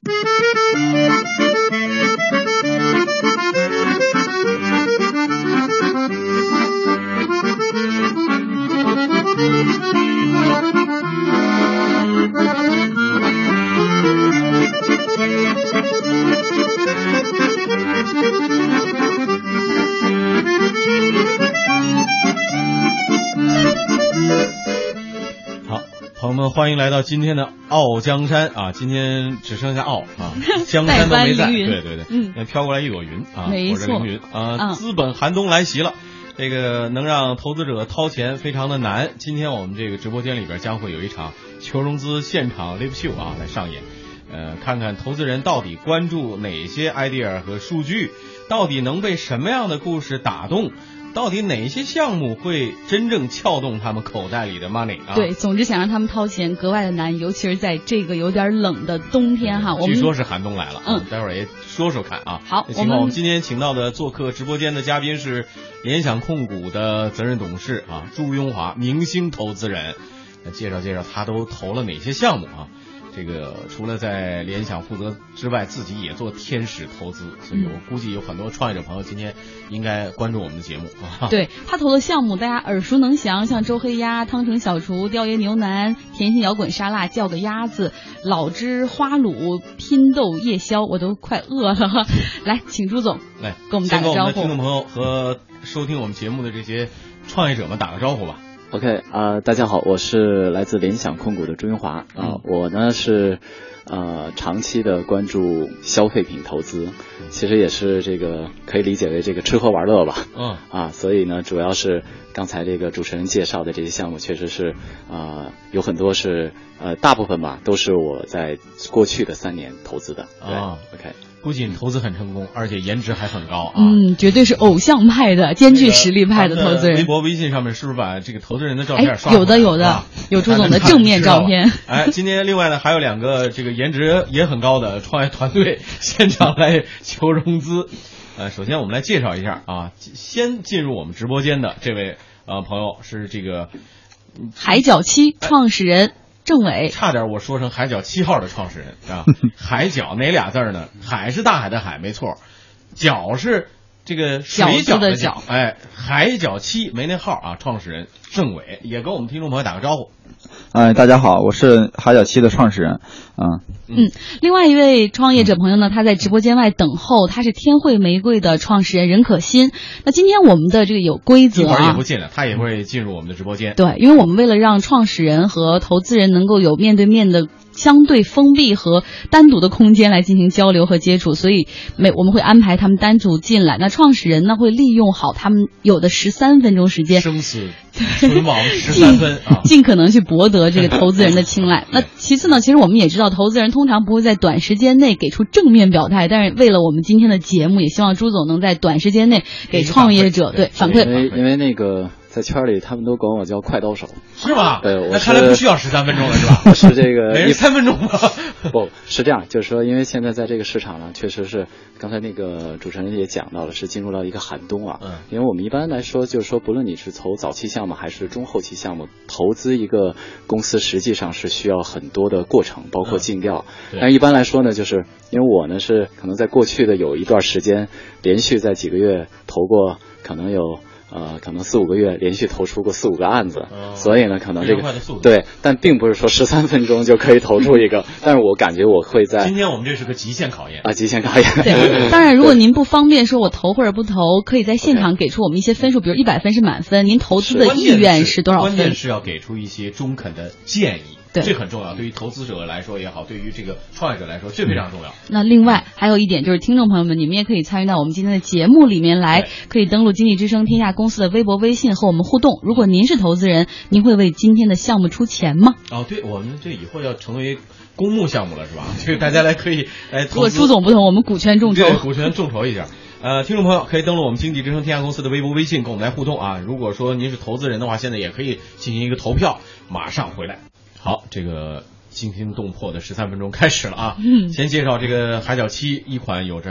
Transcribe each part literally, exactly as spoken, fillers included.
欢迎来到今天的傲江山啊！今天只剩下傲啊，江山都没在。对对对，嗯，飘过来一朵云啊， 没错， 凌云啊，资本寒冬来袭了。这个能让投资者掏钱非常的难。今天我们这个直播间里边将会有一场求融资现场 live show 啊来上演，呃，看看投资人到底关注哪些 idea 和数据，到底能被什么样的故事打动。到底哪些项目会真正撬动他们口袋里的 money 啊？ 对，总之想让他们掏钱格外的难，尤其是在这个有点冷的冬天哈。我们据说是寒冬来了，嗯，待会儿也说说看啊。 好， 我们我们今天请到的做客直播间的嘉宾是联想控股的责任董事啊朱庸华，明星投资人，介绍介绍他都投了哪些项目啊？这个除了在联想负责之外，自己也做天使投资，所以我估计有很多创业者朋友今天应该关注我们的节目啊。 对，他投的项目大家耳熟能详，像周黑鸭、汤臣小厨、雕爷牛腩、甜心摇滚沙拉、叫个鸭子、老汁花卤、拼豆夜宵，我都快饿了。来，请朱总来跟我们打个招呼。 先跟我们的听众朋友和收听我们节目的这些创业者们打个招呼吧。 OK 啊、呃，大家好，我是来自联想控股的朱云华啊、呃，我呢是呃长期的关注消费品投资，其实也是这个可以理解为这个吃喝玩乐吧，嗯啊，所以呢主要是刚才这个主持人介绍的这些项目，确实是啊、呃、有很多是呃大部分吧都是我在过去的三年投资的，对、哦、OK。 不仅投资很成功，而且颜值还很高啊！ 嗯，绝对是偶像派的、兼具实力派的投资人。 微博、微信上面是不是把这个投资人的照片刷？ 哎，有的，有的，啊、有朱总的正面照片。 哎，今天另外呢还有两个这个颜值也很高的创业团队现场来求融资。呃，首先我们来介绍一下啊，先进入我们直播间的这位呃朋友是这个海角七创始人。哎郑伟， 差点我说成海角七号的创始人啊，海角哪俩字呢？海是大海的海，没错，角是这个水饺的饺，哎，海角七没那号啊。创始人郑伟也跟我们听众朋友打个招呼。 哎，大家好，我是海角七的创始人， 嗯嗯，另外一位创业者朋友呢，他在直播间外等候，他是天惠玫瑰的创始人任可欣。那今天我们的这个有规则啊， 一会儿也不进来，他也会进入我们的直播间。 对，因为我们为了让创始人和投资人能够有面对面的相对封闭和单独的空间来进行交流和接触，所以每我们会安排他们单独进来。那创始人呢会利用好他们有的十三分钟时间， 生死存亡十三分啊， 尽可能去博得这个投资人的青睐。那其次呢，其实我们也知道，投资人通常不会在短时间内给出正面表态，但是为了我们今天的节目，也希望朱总能在短时间内给创业者对反馈。 因为因为那个。在圈里，他们都管我叫快刀手， 是吧？ 对，我那看来不需要十三分钟了，是吧？ 我是这个每人三分钟吗？ 不是这样，就是说，因为现在在这个市场呢，确实是刚才那个主持人也讲到了，是进入到一个寒冬啊。嗯。因为我们一般来说，就是说，不论你是投早期项目还是中后期项目，投资一个公司实际上是需要很多的过程，包括尽调。嗯、但是一般来说呢，就是因为我呢是可能在过去的有一段时间，连续在几个月投过，可能有。呃，可能四五个月连续投出过四五个案子，哦、所以呢，可能这个对，但并不是说十三分钟就可以投出一个，但是我感觉我会在今天我们这是个极限考验啊，极限考验。 对，当然如果您不方便说我投或者不投，可以在现场给出我们一些分数，比如一百分是满分，您投资的意愿是多少分？ 关键是要给出一些中肯的建议。对，这很重要，对于投资者来说也好，对于这个创业者来说，这非常重要。 那另外还有一点就是，听众朋友们，你们也可以参与到我们今天的节目里面来，可以登录经济之声天下公司的微博、微信和我们互动。如果您是投资人，您会为今天的项目出钱吗？ 哦，对，我们这以后要成为公募项目了，是吧？这个大家来可以来投资。 如果朱总不同，我们股权众筹， 对，股权众筹一下。呃，听众朋友可以登录我们经济之声天下公司的微博、微信，跟我们来互动啊。如果说您是投资人的话，现在也可以进行一个投票，马上回来。好，这个。惊心动魄的十三分钟开始了啊！嗯，先介绍这个海角七，一款有着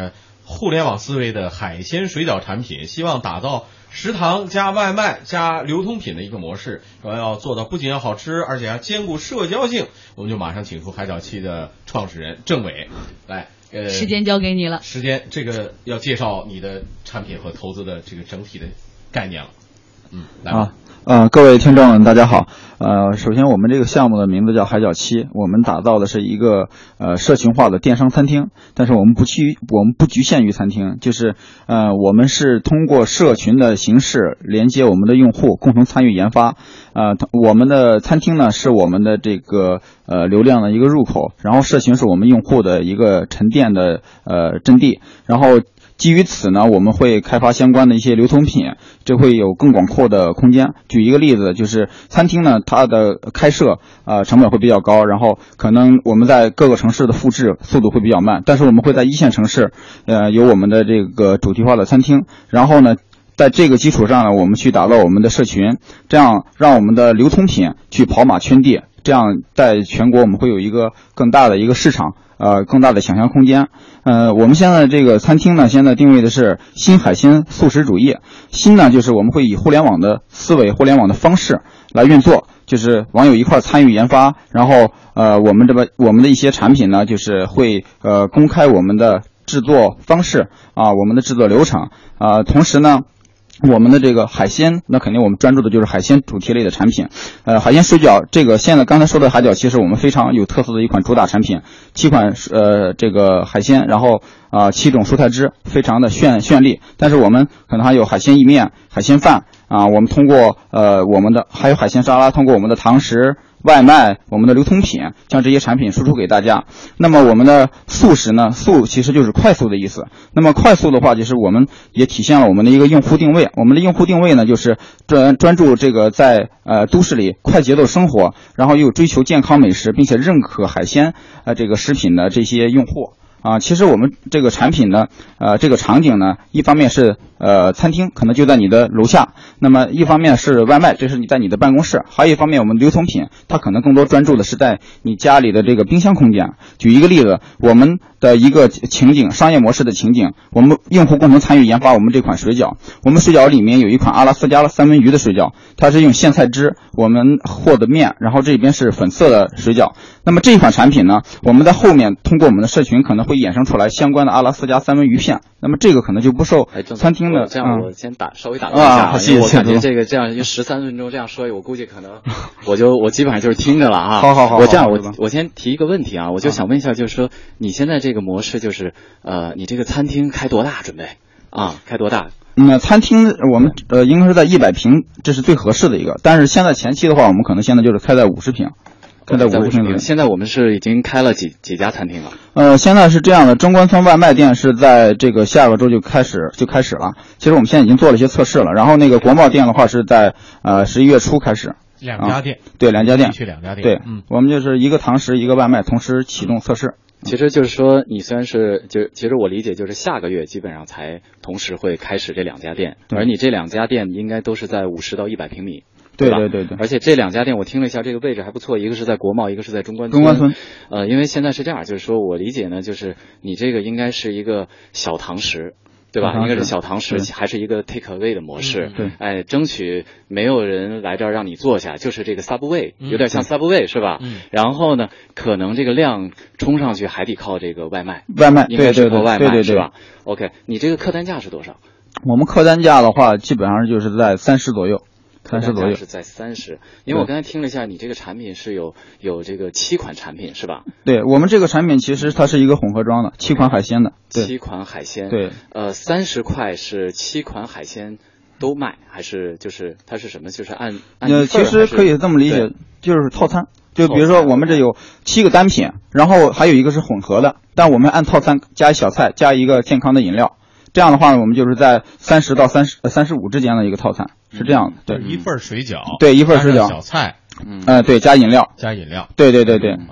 互联网思维的海鲜水饺产品，希望打造食堂加外卖加流通品的一个模式，说要做到不仅要好吃，而且要兼顾社交性。我们就马上请出海角七的创始人郑伟来。呃， 时间交给你了。 时间这个要介绍你的产品和投资的这个整体的概念了。嗯，来吧。 啊呃，各位听众大家好。呃，首先我们这个项目的名字叫海角七，我们打造的是一个呃社群化的电商餐厅，但是我们不局我们不局限于餐厅，就是呃我们是通过社群的形式连接我们的用户，共同参与研发。呃，我们的餐厅呢是我们的这个呃流量的一个入口，然后社群是我们用户的一个沉淀的呃阵地，然后基于此呢，我们会开发相关的一些流通品，这会有更广阔的空间。举一个例子，就是餐厅呢，它的开设呃成本会比较高，然后可能我们在各个城市的复制速度会比较慢，但是我们会在一线城市呃有我们的这个主题化的餐厅，然后呢在这个基础上呢，我们去打造我们的社群，这样让我们的流通品去跑马圈地，这样在全国我们会有一个更大的一个市场，呃，更大的想象空间。呃，我们现在这个餐厅呢，现在定位的是新海鲜素食主义。新呢，就是我们会以互联网的思维、互联网的方式来运作，就是网友一块参与研发，然后呃，我们这个我们的一些产品呢，就是会呃公开我们的制作方式啊，我们的制作流程啊，同时呢。我们的这个海鲜，那肯定我们专注的就是海鲜主题类的产品。呃，海鲜水饺这个现在刚才说的海饺，其实我们非常有特色的一款主打产品，七款呃这个海鲜，然后啊、呃、七种蔬菜汁，非常的绚绚丽。但是我们可能还有海鲜意面、海鲜饭啊、我们通过呃我们的还有海鲜沙拉，通过我们的堂食。外卖，我们的流通品，将这些产品输出给大家。那么我们的速食呢，速其实就是快速的意思。那么快速的话，就是我们也体现了我们的一个用户定位。我们的用户定位呢，就是专专注这个在呃都市里快节奏生活，然后又追求健康美食，并且认可海鲜呃这个食品的这些用户。啊，其实我们这个产品呢，呃，这个场景呢，一方面是呃餐厅，可能就在你的楼下；那么一方面是外卖，这是你在你的办公室；还有一方面，我们流通品，它可能更多专注的是在你家里的这个冰箱空间。举一个例子，我们的一个情景，商业模式的情景，我们用户共同参与研发我们这款水饺。我们水饺里面有一款阿拉斯加三文鱼的水饺，它是用苋菜汁我们和的面，然后这边是粉色的水饺。那么这款产品呢，我们在后面通过我们的社群可能会衍生出来相关的阿拉斯加三文鱼片，那么这个可能就不受餐厅的。 这样我先打、嗯、稍微打断一下啊，因为我感觉这个这样就十三分钟这样说，我估计可能我就我基本上就是听着了啊。 好好好， 我这样我我先提一个问题啊，我就想问一下，就是说你现在这个模式就是呃，你这个餐厅开多大准备啊？开多大？ 那、嗯、餐厅我们呃应该是在一百平，这是最合适的一个。但是现在前期的话，我们可能现在就是开在五十平。开在五十平。 现在我们是已经开了几几家餐厅了？ 呃，现在是这样的，中关村外卖店是在这个下个周就开始就开始了。其实我们现在已经做了一些测试了。然后那个国贸店的话是在呃十一月初开始。 两家店、 啊，对，两家店， 去两家店。 对，嗯，我们就是一个堂食，一个外卖，同时启动测试。 其实就是说，你虽然是就其实我理解就是下个月基本上才同时会开始这两家店，而你这两家店应该都是在五十到一百平米。 对对对对， 而且这两家店我听了一下，这个位置还不错，一个是在国贸，一个是在中关村。 中关村， 呃，因为现在是这样，就是说我理解呢，就是你这个应该是一个小堂食。对吧？应该是小堂食，还是一个 take away 的模式。 对， 哎，争取没有人来这儿让你坐下，就是这个 Subway，、嗯、有点像 Subway、嗯、是吧？ 嗯。 然后呢，可能这个量冲上去还得靠这个外卖。 外卖， 应该是靠外卖， 对对对对是吧 ？OK， 你这个客单价是多少？ 我们客单价的话，基本上就是在三十左右。三十左右是在三十，因为我刚才听了一下，你这个产品是有有这个七款产品是吧？ 对，我们这个产品其实它是一个混合装的，七款海鲜的。 七款海鲜， 对， 呃，三十块是七款海鲜都卖，还是就是它是什么？就是按按呃，其实可以这么理解，就是套餐。就比如说我们这有七个单品，然后还有一个是混合的，但我们按套餐加一小菜，加一个健康的饮料。这样的话呢，我们就是在三十到三十、三十五之间的一个套餐，是这样的。对， 一份水饺， 对，一份水饺， 小菜， 嗯， 呃，对，加饮料， 加饮料， 对对对对， 啊，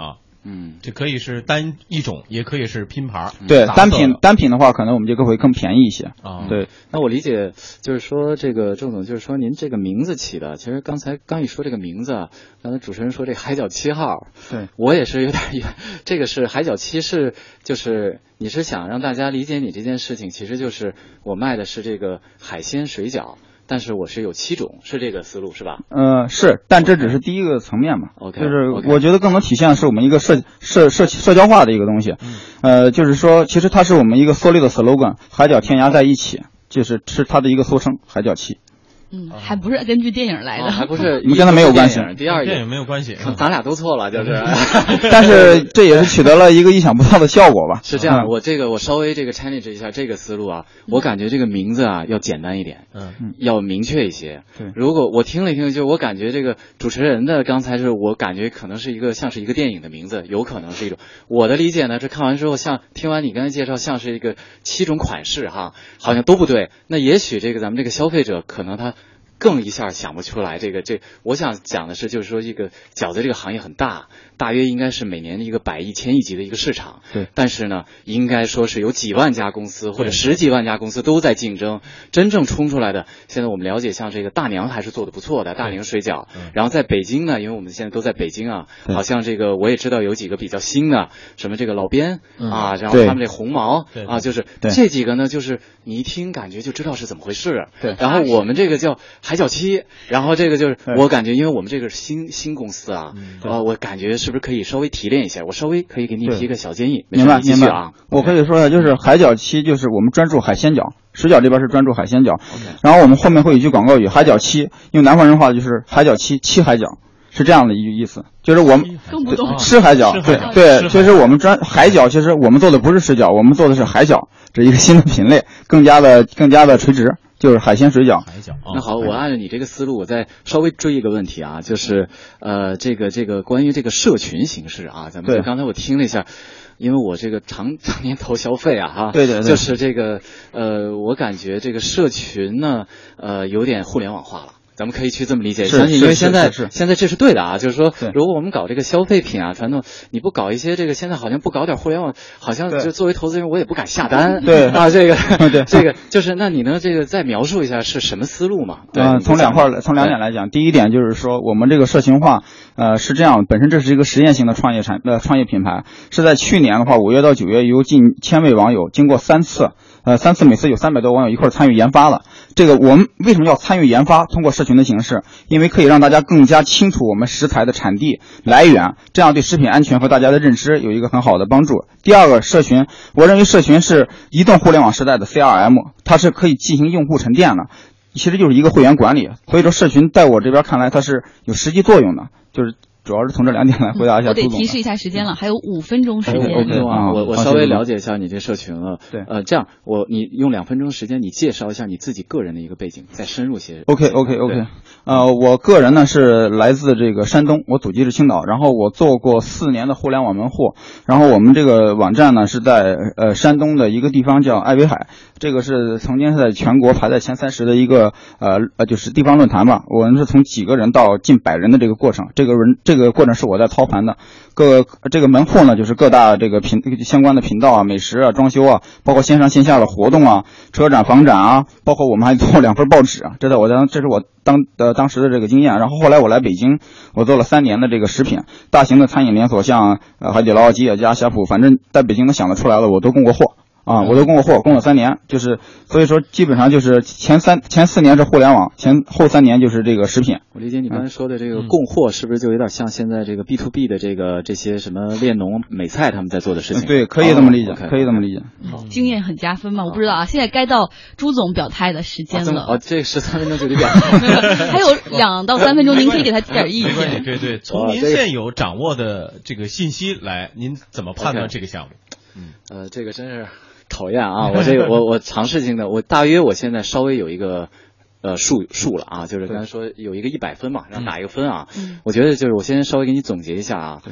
嗯， 这可以是单一种，也可以是拼盘。 对，单品单品的话，可能我们这个会更便宜一些啊。 对， 那我理解就是说，这个郑总就是说，您这个名字起的，其实刚才刚一说这个名字，刚才主持人说这个海角七号， 对我也是有点，这个是海角七是就是你是想让大家理解你这件事情，其实就是我卖的是这个海鲜水饺。但是我是有七种，是这个思路是吧？ 呃，是，但这只是第一个层面嘛。 OK， 就是我觉得更能体现的是我们一个社社社社交化的一个东西。 嗯、 呃，就是说，其实它是我们一个缩略的 slogan， 海角天涯在一起，就是是它的一个缩称，海角七。 嗯，还不是根据电影来的， 哦、还不是， 你跟他没有关系。 第二电影没有关系， 咱俩都错了，就是。 但是这也是取得了一个意想不到的效果吧？ 是这样，我这个我稍微这个 challenge 一下这个思路啊，我感觉这个名字啊要简单一点， 嗯， 要明确一些。 对， 如果我听了一听，就我感觉这个主持人的刚才是我感觉可能是一个像是一个电影的名字，有可能是一种。我的理解呢，是看完之后像听完你刚才介绍，像是一个七种款式哈，好像都不对。那也许这个咱们这个消费者可能他。更一下想不出来，这个这，我想讲的是，就是说，这个饺子这个行业很大，大约应该是每年的一个百亿、千亿级的一个市场。 对。 但是呢，应该说是有几万家公司或者十几万家公司都在竞争，真正冲出来的，现在我们了解，像这个大娘还是做的不错的，大娘水饺。然后在北京呢，因为我们现在都在北京啊，好像这个我也知道有几个比较新的，什么这个老边、嗯、啊，然后他们这红毛啊，就是这几个呢，就是你一听感觉就知道是怎么回事。 对。 然后我们这个叫。海角七，然后这个就是我感觉，因为我们这个是新新公司啊，呃，我感觉是不是可以稍微提炼一下？我稍微可以给你提个小建议， 明白明白啊。 我可以说一下，就是海角七，就是我们专注海鲜饺，水饺这边是专注海鲜饺， okay. 然后我们后面会有一句广告语，海角七，用南方人话就是海角七，七海角。是这样的一句意思，就是我们更不懂吃海饺，对对，就是我们专海饺，其实我们做的不是水饺，我们做的是海饺，这一个新的品类，更加的更加的垂直。就是海鲜水饺。 海饺。哦、 那好，我按照你这个思路，我再稍微追一个问题啊，就是呃，这个这个关于这个社群形式啊，咱们就刚才我听了一下，因为我这个常常年投消费啊，哈， 对对对， 就是这个呃，我感觉这个社群呢，呃，有点互联网化了。咱们可以去这么理解，相信因为现在现在这是对的啊，就是说，如果我们搞这个消费品啊，传统你不搞一些这个，现在好像不搞点互联网，好像就作为投资人我也不敢下单。 对啊，这个对这个就是那你能这个再描述一下是什么思路嘛？对， 呃、从两块从两点来讲，第一点就是说我们这个社群化，呃是这样，本身这是一个实验性的创业产呃创业品牌，是在去年的话五月到九月有近千位网友经过三次。呃，三次每次有三百多网友一块参与研发了。这个我们为什么要参与研发？通过社群的形式，因为可以让大家更加清楚我们食材的产地来源，这样对食品安全和大家的认知有一个很好的帮助。第二个，社群，我认为社群是移动互联网时代的 C R M， 它是可以进行用户沉淀的，其实就是一个会员管理。所以说，社群在我这边看来，它是有实际作用的，就是。主要是从这两点来回答一下、嗯。 我得提示一下时间了，还有五分钟时间。 五分钟啊，我我稍微了解一下你这社群了。 对， 呃，这样我你用两分钟时间，你介绍一下你自己个人的一个背景，再深入些。 OK OK OK， 呃，我个人呢是来自这个山东，我祖籍是青岛，然后我做过四年的互联网门户，然后我们这个网站呢是在呃山东的一个地方叫爱维海，这个是曾经是在全国排在前三十的一个呃呃就是地方论坛吧。我们是从几个人到近百人的这个过程，这个人这个过程是我在操盘的。各这个门户呢，就是各大这个频相关的频道啊、美食啊、装修啊，包括线上线下的活动啊、车展、房展啊，包括我们还做两份报纸啊。这在我当这是我当呃当时的这个经验。然后后来我来北京，我做了三年的这个食品大型的餐饮连锁，像呃海底捞、吉野家、呷哺，反正在北京能想得出来的我都供过货。啊，我都供过货，供了三年，就是所以说基本上就是前三前四年是互联网，前后三年就是这个食品。 我理解你刚才说的这个供货，是不是就有点像现在这个 B to B 的这个这些什么列侬、美菜他们在做的事情？ 对，可以这么理解， 哦 okay, 可以这么理解。 嗯、经验很加分嘛？我不知道啊，现在该到朱总表态的时间了。 哦，这个十三分钟就得表， 还有两到三分钟，您可以给他提点意见。 对对，从您现有掌握的这个信息来，您怎么判断这个项目？ 嗯，呃，这个真是。讨厌啊！我这个我我尝试性的，我大约我现在稍微有一个呃数数了啊，就是刚才说有一个一百分嘛，然后打一个分啊。 嗯、 我觉得就是我先稍微给你总结一下啊。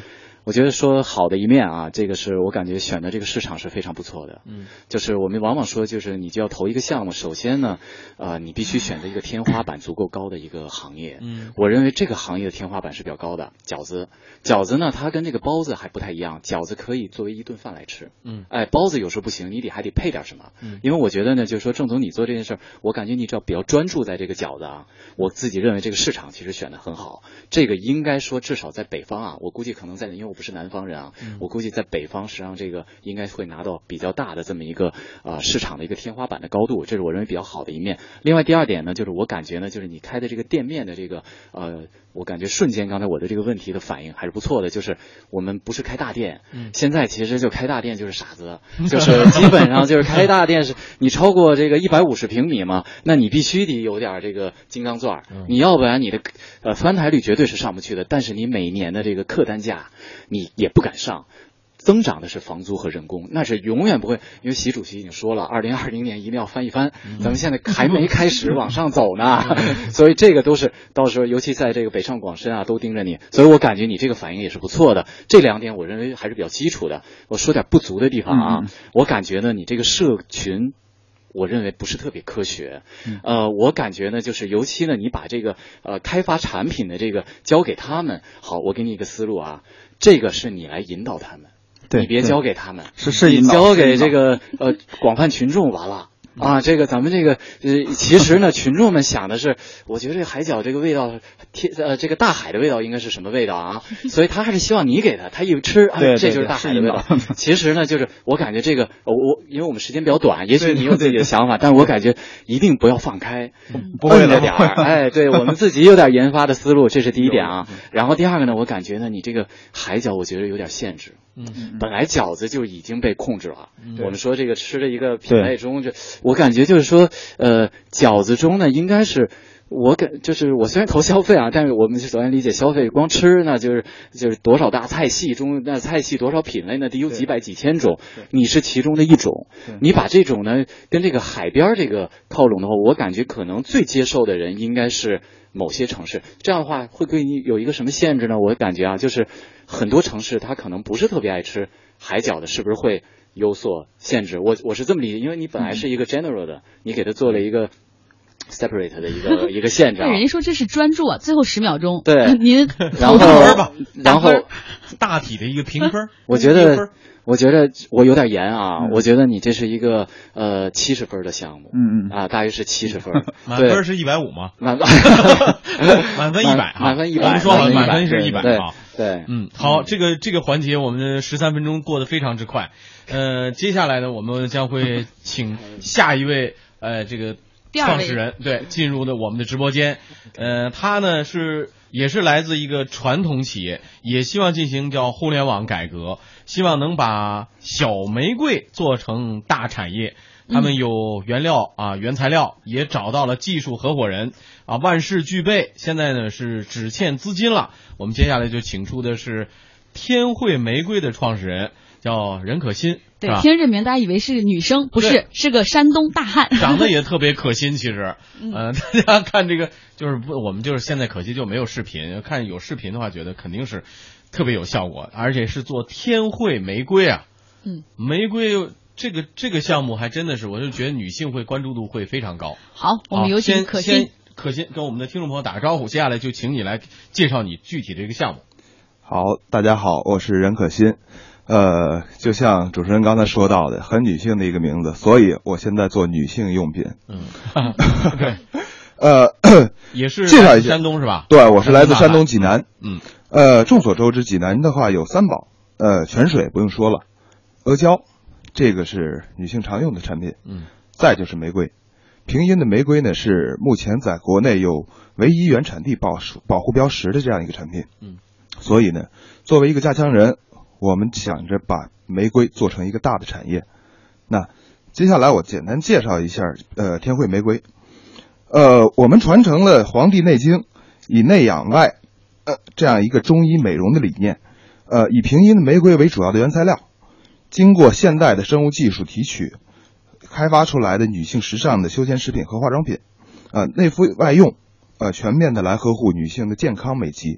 我觉得说好的一面啊，这个是我感觉选的这个市场是非常不错的。 嗯， 就是我们往往说，就是你就要投一个项目，首先呢，呃，你必须选择一个天花板足够高的一个行业。 嗯， 我认为这个行业的天花板是比较高的。饺子，饺子呢，它跟这个包子还不太一样，饺子可以作为一顿饭来吃。 嗯， 哎，包子有时候不行，你得还得配点什么。 嗯， 因为我觉得呢，就是说郑总你做这件事儿，我感觉你只要比较专注在这个饺子啊，我自己认为这个市场其实选的很好。这个应该说至少在北方啊，我估计可能在，因为我不是南方人啊， 嗯、 我估计在北方实际上这个应该会拿到比较大的这么一个呃市场的一个天花板的高度，这是我认为比较好的一面。另外第二点呢，就是我感觉呢，就是你开的这个店面的这个呃，我感觉瞬间刚才我的这个问题的反应还是不错的，就是我们不是开大店， 嗯、 现在其实就开大店就是傻子，就是基本上就是开大店是你超过这个一百五十平米嘛，那你必须得有点这个金刚钻， 嗯、 你要不然你的呃翻台率绝对是上不去的，但是你每年的这个客单价你也不敢上。增长的是房租和人工，那是永远不会，因为习主席已经说了，二零二零年一定要翻一番，咱们现在还没开始往上走呢，所以这个都是到时候，尤其在这个北上广深啊，都盯着你，所以我感觉你这个反应也是不错的。这两点我认为还是比较基础的。我说点不足的地方啊， 嗯、 我感觉呢，你这个社群。我认为不是特别科学，呃，我感觉呢，就是尤其呢，你把这个呃开发产品的这个交给他们，好，我给你一个思路啊，这个是你来引导他们。 对， 你别交给他们， 是是你交给这个呃广泛群众完了啊。这个咱们这个呃，其实呢，群众们想的是，我觉得这海饺这个味道，天呃这个大海的味道应该是什么味道啊？所以他还是希望你给他，他一吃，啊，这就是大海的味道。其实呢，就是我感觉这个我我因为我们时间比较短，也许你有自己的想法，但是我感觉一定不要放开， 不会的点儿。哎，对我们自己有点研发的思路，这是第一点啊。然后第二个呢，我感觉呢，你这个海饺我觉得有点限制。 嗯， 本来饺子就已经被控制了。 嗯、 我们说这个吃的一个品类中，就我感觉就是说，呃，饺子中呢，应该是我感就是我虽然投消费啊，但是我们首先理解消费，光吃那就是就是多少大菜系中，那菜系多少品类呢？得有几百几千种，你是其中的一种。你把这种呢跟这个海边这个靠拢的话，我感觉可能最接受的人应该是某些城市。这样的话会对你有一个什么限制呢？我感觉啊，就是很多城市他可能不是特别爱吃海饺的，是不是会有所限制？我我是这么理解，因为你本来是一个 general 的，你给它做了一个 separate 的一个一个限制、啊。 人家说这是专注啊，最后十秒钟。 对， 您然后吧， 然后大体的一个评分， 我觉得。我觉得我有点严啊，嗯、我觉得你这是一个呃七十分的项目， 嗯嗯啊，大约是七十分， 满分是一百五吗？ 满分满分一百， 满分一百， 我们说好满分是一百啊。 对， 嗯，好，这个这个环节我们十三分钟过得非常之快，呃，接下来呢，我们将会请下一位呃这个创始人对进入的我们的直播间，呃，他呢是。也是来自一个传统企业，也希望进行叫互联网改革，希望能把小玫瑰做成大产业。他们有原料啊，原材料，也找到了技术合伙人啊，万事俱备。现在呢是只欠资金了。我们接下来就请出的是天惠玫瑰的创始人，叫任可欣。 对，听这名大家以为是女生，不是，是个山东大汉， 长得也特别可心。其实，嗯、呃，大家看这个，就是不，我们就是现在可惜就没有视频，看有视频的话，觉得肯定是特别有效果，而且是做天惠玫瑰啊， 嗯， 玫瑰这个这个项目还真的是，我就觉得女性会关注度会非常高。 好，我们有请可心， 可心跟我们的听众朋友打个招呼，接下来就请你来介绍你具体的这个项目。 好，大家好，我是任可心。呃，就像主持人刚才说到的，很女性的一个名字，所以我现在做女性用品。 嗯，对， 呃， 也是介绍一下山东是吧？ 对，我是来自山东济南。 嗯， 呃，众所周知，济南的话有三宝，呃，泉水不用说了，阿胶，这个是女性常用的产品。 嗯， 再就是玫瑰，平阴的玫瑰呢是目前在国内有唯一原产地保保护标识的这样一个产品。 嗯， 所以呢，作为一个家乡人，我们想着把玫瑰做成一个大的产业。那接下来我简单介绍一下呃天惠玫瑰。呃我们传承了《黄帝内经》以内养外呃这样一个中医美容的理念，呃以平阴的玫瑰为主要的原材料，经过现代的生物技术提取开发出来的女性时尚的休闲食品和化妆品，呃内服外用，呃全面的来呵护女性的健康美肌。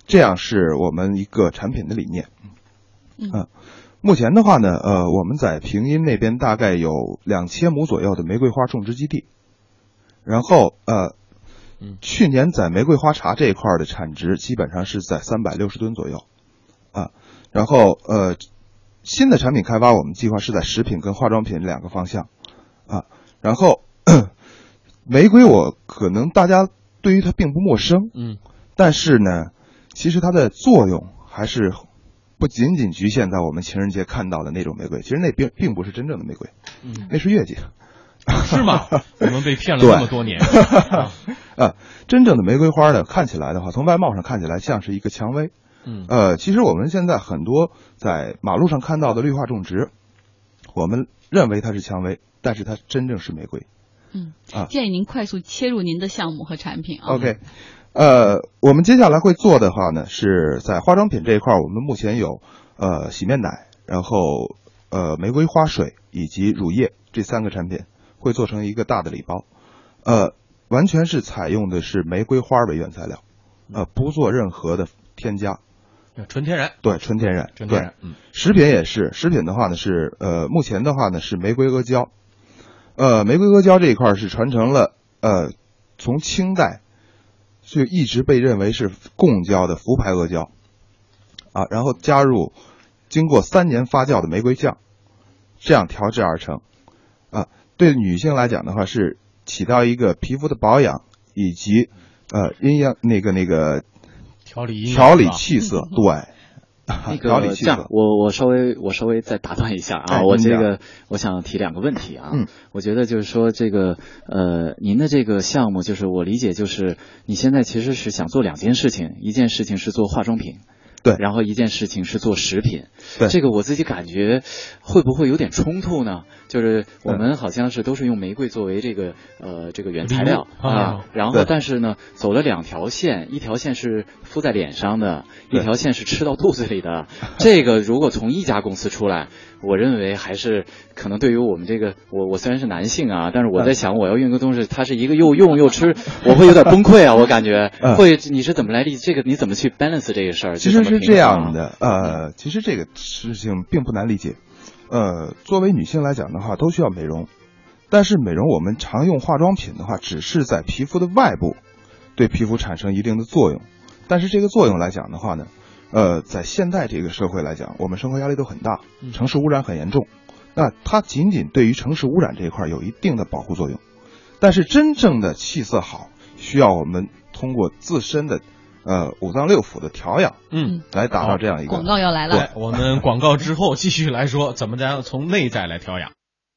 这样是我们一个产品的理念。 嗯。 呃目前的话呢，呃，我们在平阴那边大概有两千亩左右的玫瑰花种植基地，然后呃，去年在玫瑰花茶这一块的产值基本上是在三百六十吨左右，啊，然后呃，新的产品开发我们计划是在食品跟化妆品两个方向，啊，然后玫瑰我可能大家对于它并不陌生， 嗯， 但是呢，其实它的作用还是不仅仅局限在我们情人节看到的那种玫瑰，其实那并并不是真正的玫瑰， 嗯， 那是月季。 是吗？我们被骗了这么多年。 啊，真正的玫瑰花呢，看起来的话，从外貌上看起来像是一个蔷薇。 嗯， 呃，其实我们现在很多在马路上看到的绿化种植，我们认为它是蔷薇，但是它真正是玫瑰。 嗯， 啊， 建议您快速切入您的项目和产品啊。 OK。呃，我们接下来会做的话呢，是在化妆品这一块，我们目前有呃洗面奶，然后呃玫瑰花水以及乳液这三个产品，会做成一个大的礼包，呃，完全是采用的是玫瑰花为原材料，呃，不做任何的添加， 纯天然。 对，纯天然， 纯天然。嗯， 食品也是，食品的话呢是呃，目前的话呢是玫瑰阿胶，呃，玫瑰阿胶这一块是传承了呃，从清代就一直被认为是贡胶的福牌阿胶，啊，然后加入经过三年发酵的玫瑰酱，这样调制而成，啊，对女性来讲的话是起到一个皮肤的保养以及呃阴阳那个那个调理调理气色，对。 那个这样，我我稍微我稍微再打断一下啊，我这个我想提两个问题啊， 嗯， 我觉得就是说这个呃，您的这个项目就是我理解就是你现在其实是想做两件事情，一件事情是做化妆品。 对， 然后一件事情是做食品， 对， 这个我自己感觉会不会有点冲突呢？就是我们好像是都是用玫瑰作为这个呃这个原材料啊，然后但是呢走了两条线，一条线是敷在脸上的，一条线是吃到肚子里的。这个如果从一家公司出来，我认为还是可能对于我们这个我我虽然是男性啊，但是我在想我要用一个东西，它是一个又用又吃，我会有点崩溃啊，我感觉会。你是怎么来理这个？你怎么去 balance 这个事儿？ 其实是这样的，呃，其实这个事情并不难理解。呃，作为女性来讲的话，都需要美容，但是美容我们常用化妆品的话，只是在皮肤的外部对皮肤产生一定的作用，但是这个作用来讲的话呢，呃，在现代这个社会来讲，我们生活压力都很大，城市污染很严重，那它仅仅对于城市污染这一块有一定的保护作用，但是真正的气色好，需要我们通过自身的呃五脏六腑的调养， 嗯， 来达到这样一个。 广告要来了， 对，我们广告之后继续来说怎么样从内在来调养。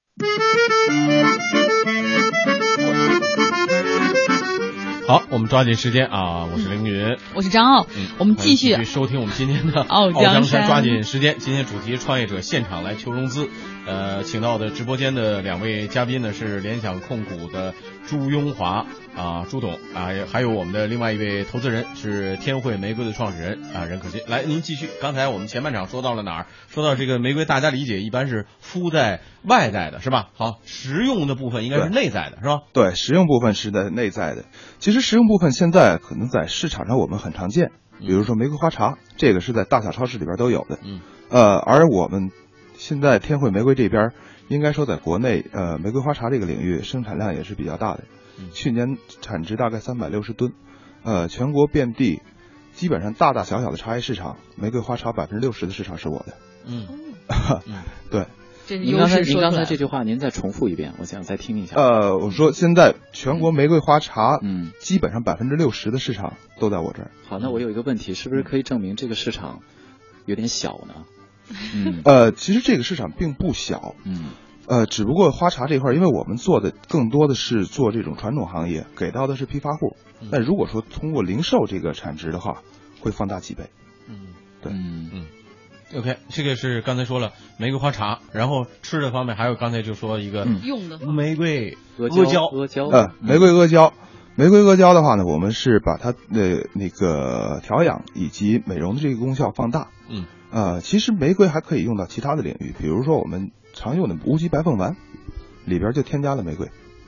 好，我们抓紧时间啊！我是凌云， 我是张傲， 嗯， 我们继续继续收听我们今天的傲江山。 抓紧时间，今天主题创业者现场来求融资。呃，请到的直播间的两位嘉宾呢是联想控股的朱庸华啊，朱董啊，还有我们的另外一位投资人是天惠玫瑰的创始人啊任可欣。来，您继续。刚才我们前半场说到了哪儿？说到这个玫瑰，大家理解一般是敷在外在的，是吧？好，实用的部分应该是内在的，是吧？ 对，实用部分是在内在的。其实实用部分现在可能在市场上我们很常见，比如说玫瑰花茶，这个是在大小超市里边都有的。 嗯， 呃，而我们现在天惠玫瑰这边，应该说在国内，呃，玫瑰花茶这个领域生产量也是比较大的。 嗯， 去年产值大概三百六十吨，呃，全国遍地，基本上大大小小的茶叶市场，玫瑰花茶百分之六十的市场是我的。 嗯， 嗯对。 您刚才您刚才这句话您再重复一遍，我想再听一下。 呃，我说现在全国玫瑰花茶， 嗯， 基本上百分之六十的市场都在我这儿。 好，那我有一个问题，是不是可以证明这个市场有点小呢？ 嗯，呃，其实这个市场并不小， 嗯， 呃，只不过花茶这块，因为我们做的更多的是做这种传统行业，给到的是批发户。但如果说通过零售这个产值的话，会放大几倍。 嗯， 对， 嗯嗯。OK， 这个是刚才说了玫瑰花茶，然后吃的方面还有刚才就说一个用的玫瑰阿胶， 阿胶， 呃，玫瑰阿胶，玫瑰阿胶的话呢，我们是把它的那个调养以及美容的这个功效放大。 嗯， 呃，其实玫瑰还可以用到其他的领域，比如说我们常用的无极白凤丸，里边就添加了玫瑰。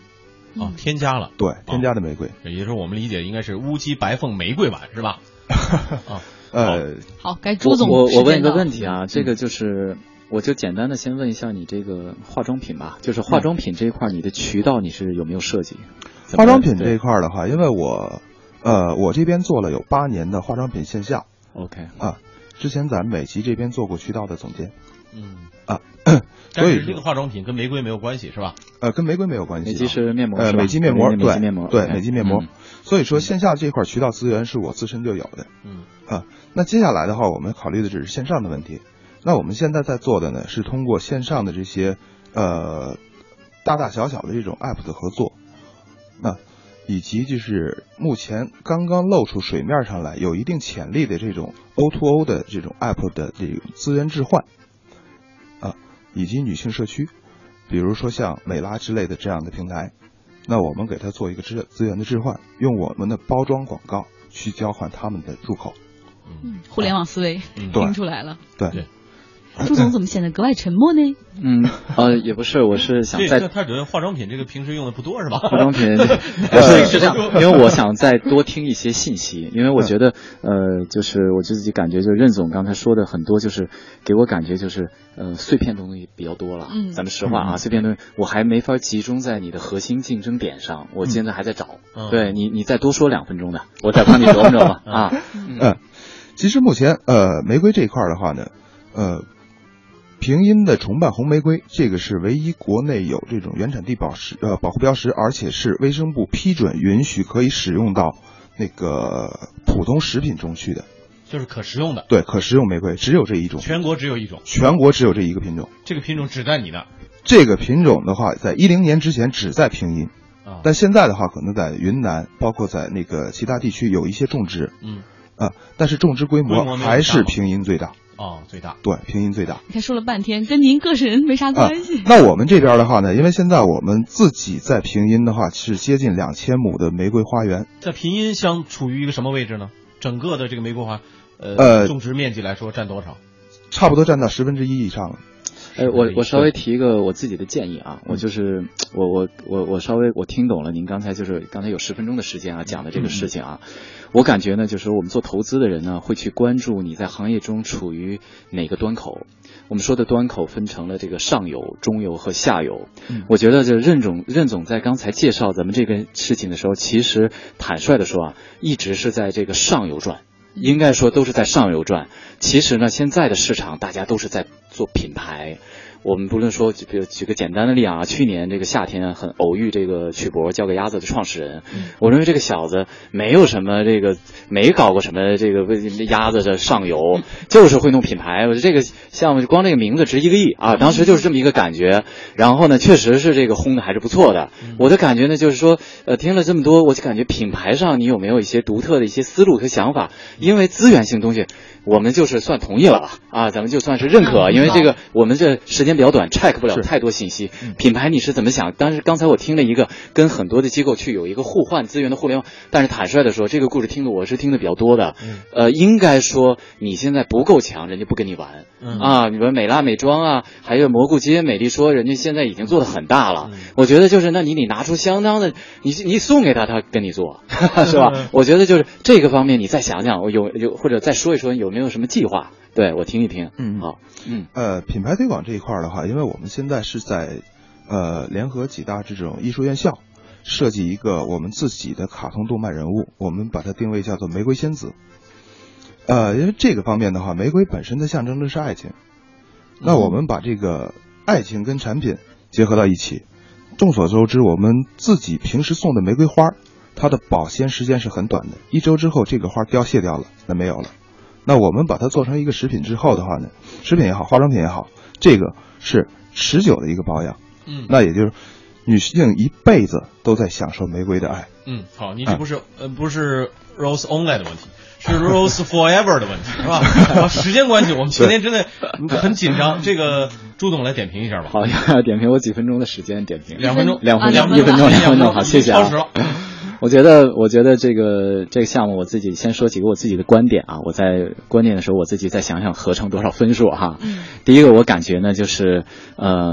哦，添加了， 对，添加的玫瑰， 哦、也就是我们理解应该是乌鸡白凤玫瑰版是吧？ 啊，呃， 好，该朱总我我问一个问题啊，这个就是我就简单的先问一下你这个化妆品吧，就是化妆品这一块，你的渠道你是有没有设计？ 化妆品这一块的话，因为我呃我这边做了有八年的化妆品线下 ，OK 啊，之前咱美极这边做过渠道的总监， 嗯啊。 但是这个化妆品跟玫瑰没有关系是吧？ 呃，跟玫瑰没有关系。 美极是面膜， 呃，美极面膜， 美极面膜， 对，美极面膜。 嗯、 所以说线下这块渠道资源是我自身就有的。 嗯啊，那接下来的话，我们考虑的只是线上的问题。那我们现在在做的呢，是通过线上的这些呃大大小小的这种 app 的合作，那、啊、以及就是目前刚刚露出水面上来有一定潜力的这种 O to O 的这种 app 的这种资源置换，啊，以及女性社区。比如说像美拉之类的这样的平台，那我们给它做一个资资源的置换，用我们的包装广告去交换他们的入口。 嗯，互联网思维、嗯、听出来了。 对。对朱总怎么显得格外沉默呢？ 嗯，呃，也不是，我是想在他觉得化妆品这个平时用的不多是吧？ 化妆品是是这样，因为我想再多听一些信息，因为我觉得呃，就是我自己感觉，就是任总刚才说的很多，就是给我感觉就是呃碎片的东西比较多了。嗯，咱们实话啊，嗯、碎片东西我还没法集中在你的核心竞争点上，我现在还在找。嗯、对你，你再多说两分钟的，我再帮你琢磨琢磨啊。 嗯，嗯其实目前呃玫瑰这一块的话呢，呃。平阴的重瓣红玫瑰，这个是唯一国内有这种原产地保识呃保护标识，而且是卫生部批准允许可以使用到那个普通食品中去的， 就是可食用的。 对，可食用玫瑰只有这一种， 全国只有一种， 全国只有这一个品种。 这个品种只在你那。 这个品种的话，在一零年之前只在平阴， 啊， 但现在的话，可能在云南，包括在那个其他地区有一些种植， 嗯， 啊，但是种植规模还是平阴最大。 哦，最大。 对，平阴最大。 你看说了半天，跟您个人没啥关系。 啊、那我们这边的话呢，因为现在我们自己在平阴的话是接近两千亩的玫瑰花园。 在平阴乡处于一个什么位置呢？整个的这个玫瑰花，呃， 呃种植面积来说占多少？ 差不多占到十分之一以上了。 哎，我我稍微提一个我自己的建议啊，我就是我我我我稍微我听懂了您刚才就是刚才有十分钟的时间啊讲的这个事情啊，我感觉呢就是我们做投资的人呢会去关注你在行业中处于哪个端口。我们说的端口分成了这个上游、中游和下游。嗯、我觉得这任总任总在刚才介绍咱们这个事情的时候，其实坦率的说啊，一直是在这个上游转。应该说都是在上游转。其实呢，现在的市场大家都是在做品牌。我们不论说，比如举个简单的例啊，去年这个夏天很偶遇这个曲博交给鸭子的创始人，嗯、我认为这个小子没有什么这个没搞过什么这个鸭子的上游，嗯、就是会弄品牌。我说这个项目光这个名字值一个亿啊，当时就是这么一个感觉。然后呢，确实是这个轰的还是不错的。嗯、我的感觉呢，就是说，呃，听了这么多，我就感觉品牌上你有没有一些独特的一些思路和想法？因为资源性东西，我们就是算同意了吧啊，咱们就算是认可，因为这个我们这时间比较短 ，check 不了太多信息。品牌你是怎么想？但是刚才我听了一个跟很多的机构去有一个互换资源的互联网，但是坦率的说，这个故事听的我是听的比较多的。呃，应该说你现在不够强，人家不跟你玩。啊，你说美拉美妆啊，还有蘑菇街、美丽说，人家现在已经做得很大了。我觉得就是那你你拿出相当的，你你送给他，他跟你做，是吧？我觉得就是这个方面，你再想想，有有或者再说一说有没有什么计划？对我听一听。 嗯， 好，嗯， 呃，品牌推广这一块的话，因为我们现在是在呃联合几大这种艺术院校设计一个我们自己的卡通动漫人物，我们把它定位叫做玫瑰仙子。呃，因为这个方面的话，玫瑰本身的象征的是爱情，那我们把这个爱情跟产品结合到一起。众所周知，我们自己平时送的玫瑰花，它的保鲜时间是很短的，一周之后这个花凋谢掉了，那没有了。那我们把它做成一个食品之后的话呢，食品也好，化妆品也好，这个是持久的一个保养。嗯，那也就是女性一辈子都在享受玫瑰的爱。 嗯，好，你这不是、啊、呃不是 Rose Only 的问题，是 Rose Forever 的问题，是吧？时间关系，我们今天真的很紧张。这个朱总来点评一下吧。 好，要点评我几分钟的时间点评。 两分钟， 两分钟， 啊、 一分钟，两分钟，好，谢谢啊。 超时了。 我觉得，我觉得这个这个项目，我自己先说几个我自己的观点啊。我在观点的时候，我自己再想想合成多少分数哈。嗯、第一个，我感觉呢，就是呃，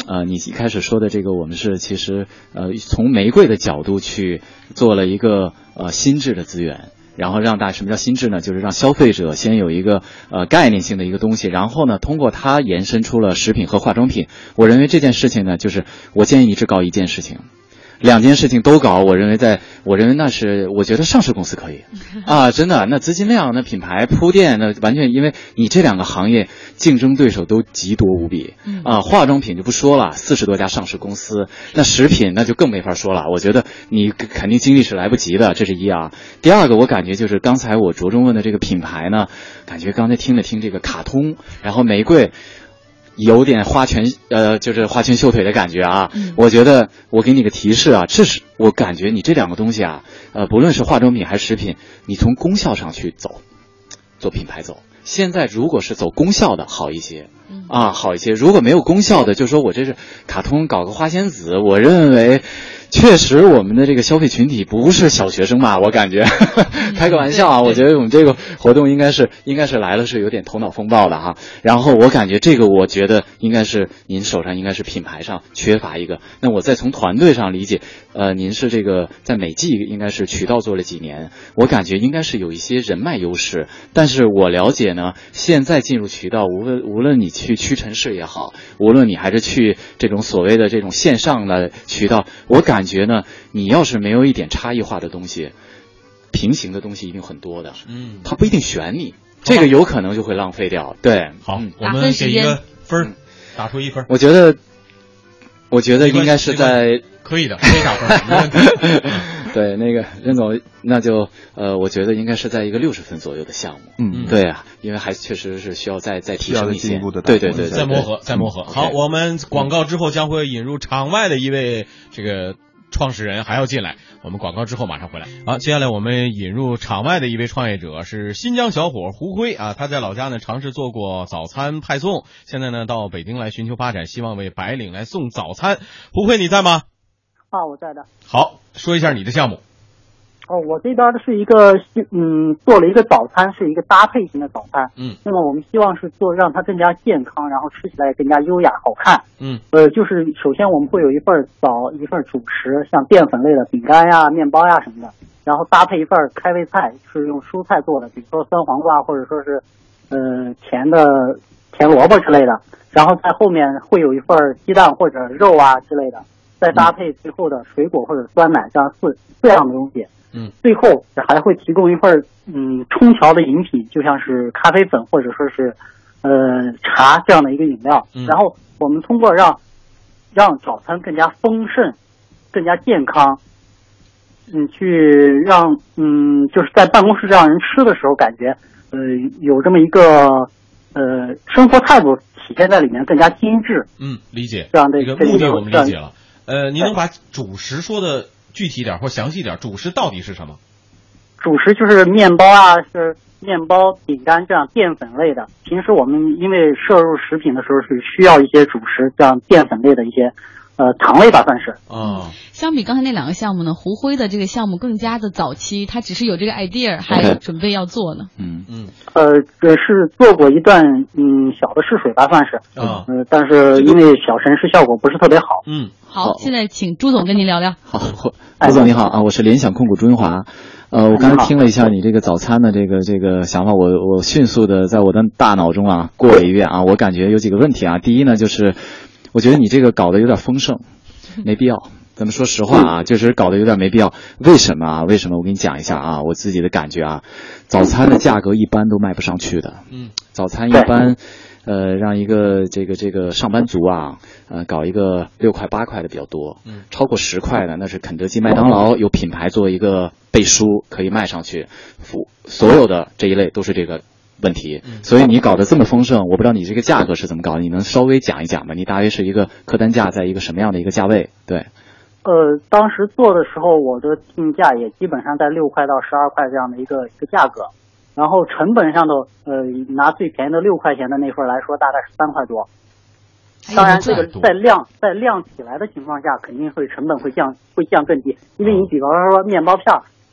呃，你一开始说的这个，我们是其实呃从玫瑰的角度去做了一个呃心智的资源。然后让大什么叫心智呢？就是让消费者先有一个呃概念性的一个东西，然后呢，通过它延伸出了食品和化妆品。我认为这件事情呢，就是我建议你只搞一件事情。两件事情都搞，我认为在，我认为那是，我觉得上市公司可以啊，真的，那资金量、那品牌铺垫，那完全因为你这两个行业竞争对手都极多无比啊。化妆品就不说了，四十多家上市公司，那食品那就更没法说了。我觉得你肯定精力是来不及的，这是一啊。第二个，我感觉就是刚才我着重问的这个品牌呢，感觉刚才听了听这个卡通，然后玫瑰。有点花拳呃，就是花拳绣腿的感觉啊。嗯、我觉得我给你个提示啊，这是我感觉你这两个东西啊，呃，不论是化妆品还是食品，你从功效上去走，做品牌走。现在如果是走功效的好一些，啊，好一些。如果没有功效的，就说我这是卡通搞个花仙子，我认为。确实，我们的这个消费群体不是小学生吧？我感觉，开个玩笑啊！我觉得我们这个活动应该是应该是来了是有点头脑风暴的哈。然后我感觉这个，我觉得应该是您手上应该是品牌上缺乏一个。那我再从团队上理解，呃，您是这个在美纪应该是渠道做了几年，我感觉应该是有一些人脉优势。但是我了解呢，现在进入渠道，无论无论你去屈臣氏也好，无论你还是去这种所谓的这种线上的渠道，我感觉。感觉呢，你要是没有一点差异化的东西，平行的东西一定很多的，嗯，他不一定选你，这个有可能就会浪费掉。对， 好，嗯、我们给一个分儿，打出一分。 我觉得，我觉得应该是在可以的，可以打分，没问题。 对，那个任总，那就呃，我觉得应该是在一个六十分左右的项目。嗯，对啊，因为还确实是需要再再提升一些。对对对， 再磨合，再磨合。好，我们广告之后将会引入场外的一位这个。创始人还要进来，我们广告之后马上回来。好，接下来我们引入场外的一位创业者是新疆小伙胡辉啊，他在老家呢尝试做过早餐派送，现在呢到北京来寻求发展，希望为白领来送早餐。胡辉你在吗？ 啊，我在的。 好，说一下你的项目。 哦，我这边的是一个嗯，做了一个早餐，是一个搭配型的早餐。嗯，那么我们希望是做让它更加健康，然后吃起来更加优雅好看。嗯，呃，就是首先我们会有一份早一份主食，像淀粉类的饼干呀、面包呀什么的，然后搭配一份开胃菜，是用蔬菜做的，比如说酸黄瓜或者说是呃甜的甜萝卜之类的，然后在后面会有一份鸡蛋或者肉啊之类的，再搭配最后的水果或者酸奶这样四四样的东西。嗯，最后还会提供一份嗯冲调的饮品，就像是咖啡粉或者说是呃茶这样的一个饮料。嗯、然后我们通过让让早餐更加丰盛、更加健康，嗯，去让嗯就是在办公室让人吃的时候，感觉呃有这么一个呃生活态度体现在里面，更加精致。 嗯，理解。 这样的一个目的我们理解了。呃，您能把主食说的具体点或详细点，主食到底是什么？ 主食就是面包啊，是面包、饼干这样淀粉类的。平时我们因为摄入食品的时候是需要一些主食，这样淀粉类的一些呃糖类吧，算是。 哦。 相比刚才那两个项目呢，胡辉的这个项目更加的早期，他只是有这个 idea， 还准备要做呢。 嗯嗯。呃，这是做过一段嗯小的试水吧，算是。啊、哦。呃，但是因为小城市效果不是特别好。 嗯。 好，现在请朱总跟您聊聊。 好，朱总你好啊，我是联想控股朱云华。呃，我刚才听了一下你这个早餐的这个这个想法，我我迅速的在我的大脑中啊过了一遍啊，我感觉有几个问题啊。第一呢，就是我觉得你这个搞得有点丰盛，没必要。咱们说实话啊，就是搞得有点没必要。为什么啊？为什么？我给你讲一下啊，我自己的感觉啊，早餐的价格一般都卖不上去的。嗯，早餐一般。呃，让一个这个这个上班族啊，呃，搞一个六块八块的比较多，嗯，超过十块的那是肯德基、麦当劳有品牌做一个背书可以卖上去，所有的这一类都是这个问题，所以你搞得这么丰盛，我不知道你这个价格是怎么搞，你能稍微讲一讲吗？你大约是一个客单价在一个什么样的一个价位？对。 呃，当时做的时候，我的定价也基本上在六块到十二块这样的一个一个价格。然后成本上头，呃，拿最便宜的六块钱的那份来说，大概是三块多。当然，这个在量在量起来的情况下，肯定会成本会降会降更低，因为你比方说面包片，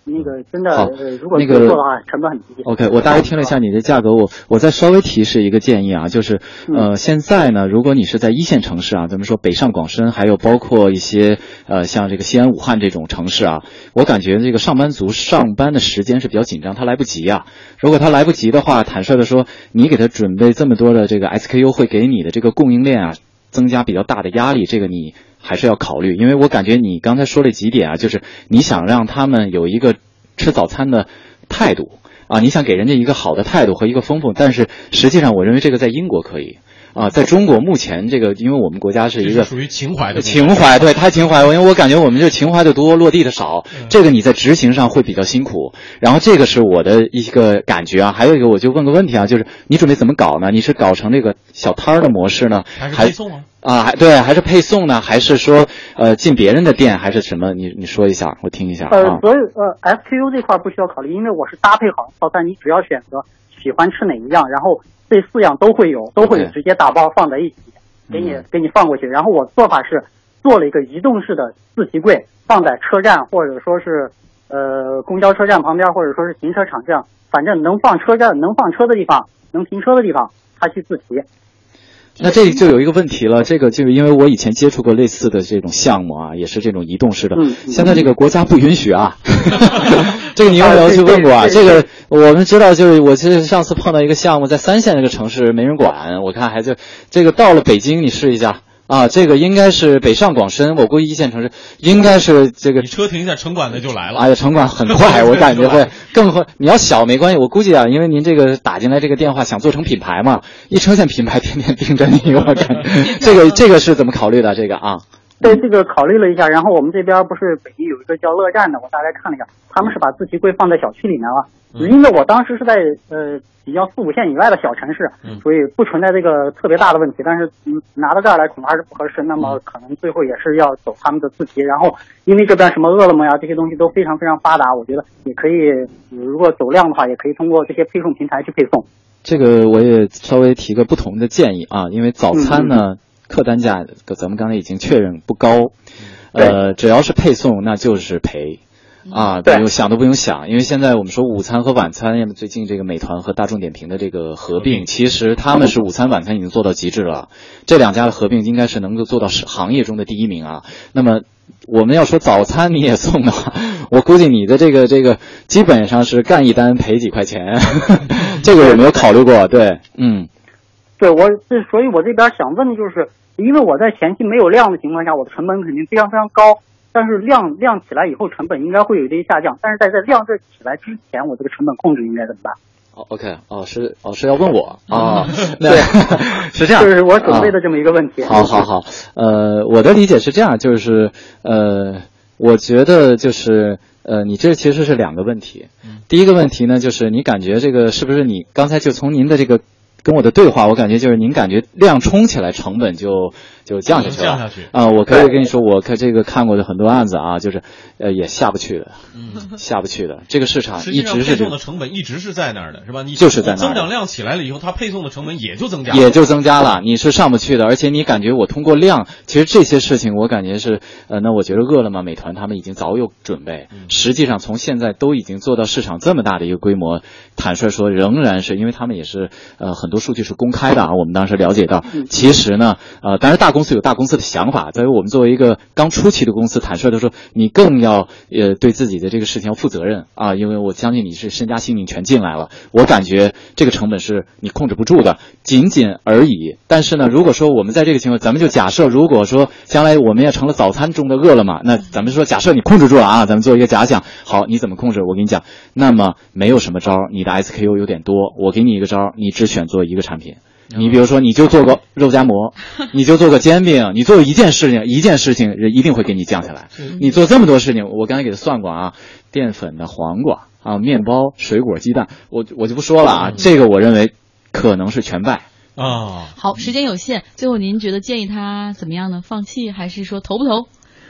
那个真的，呃，如果做的话，成本很低。 OK， 我大概听了一下你的价格，我我再稍微提示一个建议啊，就是呃， 嗯、 现在呢，如果你是在一线城市啊，咱们说北上广深，还有包括一些呃像这个西安、武汉这种城市啊，我感觉这个上班族上班的时间是比较紧张，他来不及啊。如果他来不及的话，坦率的说，你给他准备这么多的这个 S K U， 会给你的这个供应链啊增加比较大的压力，这个你还是要考虑，因为我感觉你刚才说了几点啊，就是你想让他们有一个吃早餐的态度啊，你想给人家一个好的态度和一个丰富，但是实际上我认为这个在英国可以啊，在中国目前这个，因为我们国家是一个属于情怀的情怀，对，太情怀，因为我感觉我们这情怀的多，落地的少，这个你在执行上会比较辛苦。然后这个是我的一个感觉啊，还有一个我就问个问题啊，就是你准备怎么搞呢？你是搞成这个小摊儿的模式呢， 还是配送啊？ 啊，还对，还是配送呢？还是说呃进别人的店，还是什么？你你说一下，我听一下。 呃，所以呃 S K U 这块不需要考虑，因为我是搭配好套餐，你只要选择喜欢吃哪一样，然后这四样都会有，都会有直接打包放在一起，给你给你放过去。然后我做法是做了一个移动式的自提柜，放在车站或者说是呃公交车站旁边，或者说是停车场这样，反正能放车站、能放车的地方、能停车的地方，他去自提。 那这就有一个问题了，这个就是因为我以前接触过类似的这种项目啊，也是这种移动式的， 嗯、 现在这个国家不允许啊。这个你有没有去问过啊？这个我们知道，就是我其实上次碰到一个项目，在三线那个城市没人管，我看还就这个到了北京，你试一下。啊，这个应该是北上广深，我估计一线城市应该是这个。 你车停一下，城管的就来了。 哎呀，城管很快，我感觉会更会。你要小没关系，我估计啊，因为您这个打进来这个电话想做成品牌嘛，一呈现品牌天天盯着你，我感觉这个这个是怎么考虑的？这个啊。 对，这个考虑了一下，然后我们这边不是北京有一个叫乐站的，我大概看了一下，他们是把自提柜放在小区里面了。嗯、因为我当时是在呃比较四五线以外的小城市，嗯、所以不存在这个特别大的问题。但是嗯拿到这儿来恐怕还是不合适，那么可能最后也是要走他们的自提。然后因为这边什么饿了么呀这些东西都非常非常发达，我觉得也可以，如果走量的话，也可以通过这些配送平台去配送。 这个我也稍微提个不同的建议啊，因为早餐呢。嗯客单价咱们刚才已经确认不高，呃，只要是配送那就是赔，啊，不用想都不用想，因为现在我们说午餐和晚餐，要么最近这个美团和大众点评的这个合并，其实他们是午餐晚餐已经做到极致了，这两家的合并应该是能够做到是行业中的第一名啊。那么我们要说早餐你也送的话，我估计你的这个这个基本上是干一单赔几块钱，这个有没有考虑过？对，嗯。 对，我这所以我这边想问的就是，因为我在前期没有量的情况下，我的成本肯定非常非常高，但是量量起来以后成本应该会有一些下降，但是在这量这起来之前，我这个成本控制应该怎么办？ 哦 ，OK， 哦，是哦是要问我啊？ 对， 是这样， 就是我准备的这么一个问题。 啊、好好好，呃，我的理解是这样，就是呃，我觉得就是呃，你这其实是两个问题。第一个问题呢，就是你感觉这个是不是你刚才就从您的这个。跟我的对话，我感觉就是您感觉量冲起来，成本就就降下去了。 降下去啊、呃！我可以跟你说，我看这个看过的很多案子啊，就是呃也下不去的，嗯，下不去的。这个市场一直是配送的成本一直是在那儿的，是吧？你就是在那儿。 增长量起来了以后，它配送的成本也就增加了， 也就增加了。你是上不去的，而且你感觉我通过量，其实这些事情我感觉是呃，那我觉得饿了么、美团他们已经早有准备。嗯、实际上从现在都已经做到市场这么大的一个规模，坦率说，仍然是因为他们也是呃很多数据是公开的啊。我们当时了解到，其实呢，呃，当然大公司有大公司的想法，在于我们作为一个刚初期的公司，坦率的说，你更要呃对自己的这个事情要负责任啊，因为我相信你是身家性命全进来了，我感觉这个成本是你控制不住的，仅仅而已。但是呢，如果说我们在这个情况，咱们就假设，如果说将来我们也成了早餐中的饿了么，那咱们说假设你控制住了啊，咱们做一个假想，好，你怎么控制？我跟你讲，那么没有什么招，你的 S K U 有点多，我给你一个招，你只选做一个产品。你比如说，你就做个肉夹馍，你就做个煎饼，你做一件事情，一件事情一定会给你降下来。你做这么多事情，我刚才给他算过啊，淀粉的黄瓜啊，面包、水果、鸡蛋，我我就不说了啊，这个我认为可能是全败啊。 好，时间有限，最后您觉得建议他怎么样呢？放弃还是说投不投？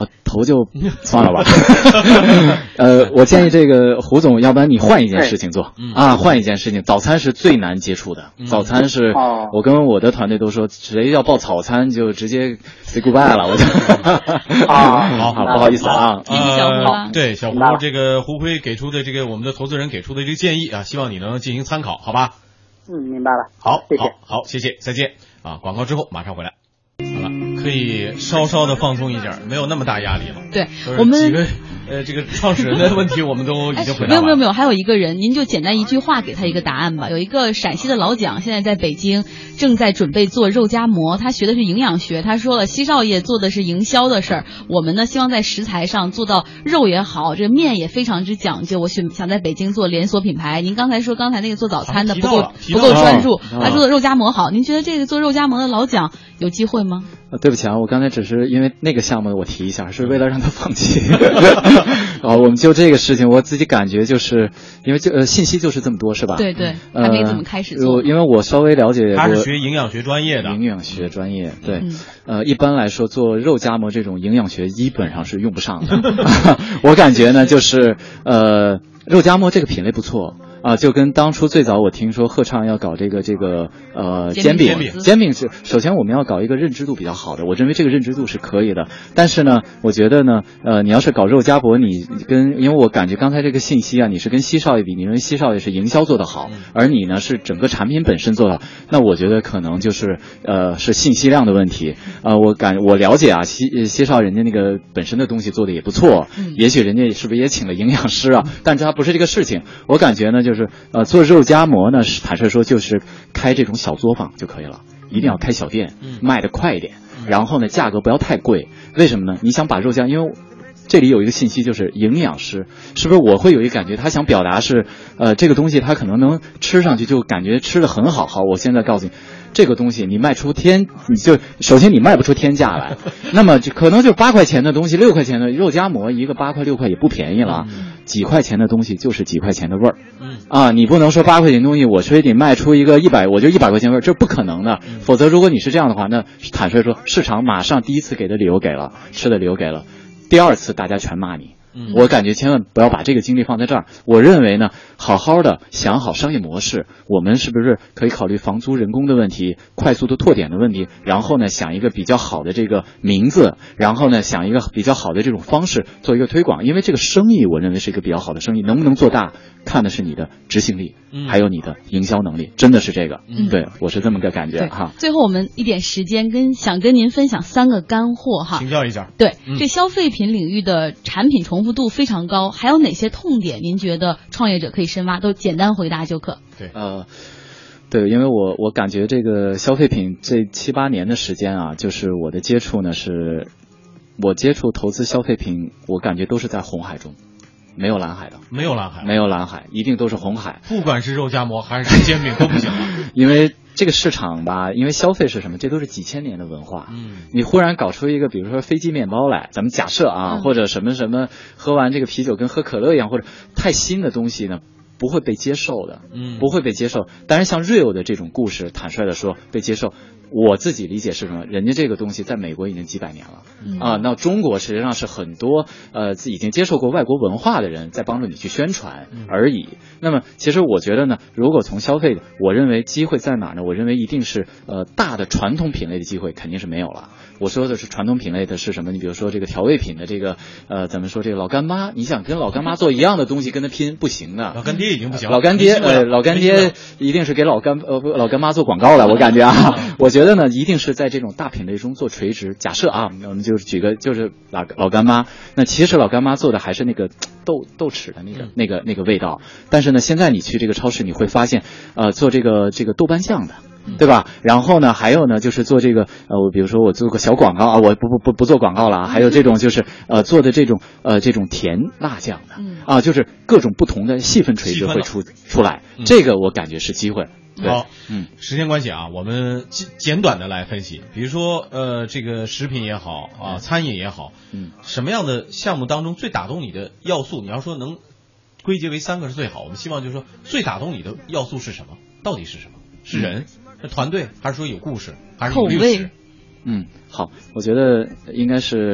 啊，投就算了吧。呃，我建议这个胡总，要不然你换一件事情做啊，换一件事情。早餐是最难接触的，早餐是我跟我的团队都说，谁要报早餐就直接 say goodbye 了，我就啊， 好好不好意思啊。 呃，对，小胡这个胡辉给出的这个我们的投资人给出的这个建议啊，希望你能进行参考，好吧？ 嗯，明白了。 好， 谢谢。 好，好，谢谢，再见啊！广告之后马上回来。好了，可以稍稍的放松一点，没有那么大压力了。 对，我们几个呃这个创始人的问题我们都已经回答了。 没有没有没有，还有一个人，您就简单一句话给他一个答案吧。有一个陕西的老蒋，现在在北京正在准备做肉夹馍，他学的是营养学。他说了，西少爷做的是营销的事儿，我们呢希望在食材上做到肉也好，这个面也非常之讲究。我想想在北京做连锁品牌。您刚才说刚才那个做早餐的不够不够专注，他说的肉夹馍好。您觉得这个做肉夹馍的老蒋有机会吗？ 呃，对不起啊，我刚才只是因为那个项目我提一下，是为了让他放弃。啊，我们就这个事情，我自己感觉就是因为就呃信息就是这么多，是吧？ 对对，还没怎么开始做。 呃、因为我稍微了解， 他是学营养学专业的， 营养学专业，对，嗯、呃，一般来说做肉夹馍这种营养学基本上是用不上的。我感觉呢，就是呃，肉夹馍这个品类不错。啊，就跟当初最早我听说贺畅要搞这个这个呃煎饼，煎饼是首先我们要搞一个认知度比较好的，我认为这个认知度是可以的。但是呢，我觉得呢，呃，你要是搞肉夹馍，你跟因为我感觉刚才这个信息啊，你是跟西少爷比，你认为西少爷是营销做得好，而你呢是整个产品本身做得好，那我觉得可能就是呃是信息量的问题。呃，我感我了解啊，西西少人家那个本身的东西做的也不错，也许人家是不是也请了营养师啊？但这还不是这个事情。我感觉呢就。就是呃做肉夹馍呢，坦率说就是开这种小作坊就可以了，一定要开小店，卖得快一点，然后呢价格不要太贵。为什么呢？你想把肉夹，因为这里有一个信息就是营养师，是不是我会有一个感觉，他想表达是呃这个东西他可能能吃上去就感觉吃得很好。好，我现在告诉你。这个东西你卖出天，你就首先你卖不出天价来，那么就可能就八块钱的东西，六块钱的肉夹馍一个八块六块也不便宜了，几块钱的东西就是几块钱的味儿，啊，你不能说八块钱的东西我非得卖出一个一百，我就一百块钱味儿，这不可能的。否则如果你是这样的话，那坦率说，市场马上第一次给的理由给了，吃的理由给了，第二次大家全骂你。我感觉千万不要把这个精力放在这儿。我认为呢，好好的想好商业模式，我们是不是可以考虑房租、人工的问题，快速的拓点的问题，然后呢想一个比较好的这个名字，然后呢想一个比较好的这种方式做一个推广。因为这个生意我认为是一个比较好的生意，能不能做大看的是你的执行力，还有你的营销能力，真的是这个。嗯、对，我是这么个感觉哈。 最后我们一点时间跟想跟您分享三个干货哈， 请教一下。 对，嗯、这消费品领域的产品重复度非常高，还有哪些痛点您觉得创业者可以深挖？都简单回答就可。 对， 呃，对，因为我我感觉这个消费品这七八年的时间啊，就是我的接触呢是，我接触投资消费品，我感觉都是在红海中。没有蓝海的， 没有蓝海， 没有蓝海，一定都是红海。 不管是肉夹馍还是煎饼都不行了， 因为这个市场吧，因为消费是什么？这都是几千年的文化。嗯，你忽然搞出一个，比如说飞机面包来，咱们假设啊，嗯、或者什么什么，喝完这个啤酒跟喝可乐一样，或者太新的东西呢，不会被接受的。嗯，不会被接受。当然，像 real 的这种故事，坦率的说被接受。我自己理解是什么？人家这个东西在美国已经几百年了，嗯、啊，那中国实际上是很多呃已经接受过外国文化的人在帮助你去宣传而已。嗯、那么其实我觉得呢，如果从消费，我认为机会在哪呢？我认为一定是呃大的传统品类的机会肯定是没有了。我说的是传统品类的是什么？你比如说这个调味品的这个呃，咱们说这个老干妈，你想跟老干妈做一样的东西跟他拼不行的。 老干爹已经不行了。 老干爹呃，老干爹一定是给老干呃老干妈做广告的，我感觉啊，我觉得呢一定是在这种大品类中做垂直。假设啊，我们就举个就是老老干妈，那其实老干妈做的还是那个豆豆豉的那个、嗯、那个那个味道，但是呢，现在你去这个超市你会发现，呃，做这个这个豆瓣酱的。对吧？然后呢，还有呢，就是做这个呃，我比如说我做个小广告啊，我不不不不做广告了啊。还有这种就是呃做的这种呃这种甜辣酱的啊，就是各种不同的细分垂直会出出来，这个我感觉是机会。 好，嗯，时间关系啊，我们简简短的来分析，比如说呃这个食品也好啊，餐饮也好，嗯，什么样的项目当中最打动你的要素？你要说能归结为三个是最好，我们希望就是说最打动你的要素是什么？到底是什么？是人？是团队，还是说有故事，还是有历史？ 嗯，好，我觉得应该是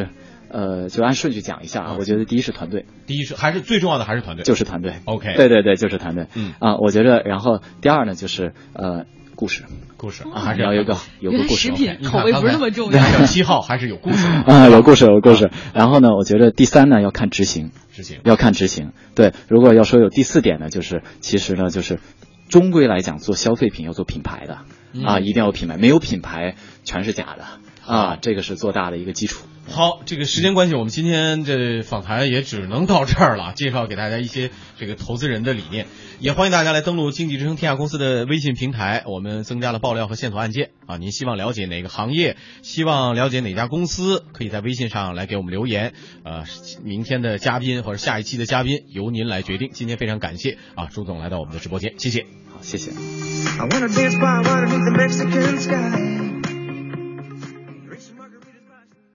呃，就按顺序讲一下啊。我觉得第一是团队， 第一是还是最重要的还是团队， 就是团队。 OK， 对对对，就是团队。 嗯啊，我觉得，然后第二呢，就是呃。故事， 故事啊，还是要有一个有个故事。 食品口味不是那么重要。 还有七号还是有故事啊，有故事有故事。然后呢，我觉得第三呢要看执行， 执行要看执行。对，如果要说有第四点呢，就是其实呢，就是终归来讲，做消费品要做品牌的啊，一定要有品牌，没有品牌全是假的啊，这个是做大的一个基础。 好，这个时间关系，我们今天这访谈也只能到这儿了。介绍给大家一些这个投资人的理念，也欢迎大家来登录经济之声天下公司的微信平台，我们增加了爆料和线索案件啊。您希望了解哪个行业，希望了解哪家公司，可以在微信上来给我们留言。呃，明天的嘉宾或者下一期的嘉宾由您来决定。今天非常感谢啊，朱总来到我们的直播间，谢谢。 好，谢谢。 I wanna dance by water beneath the Mexican sky.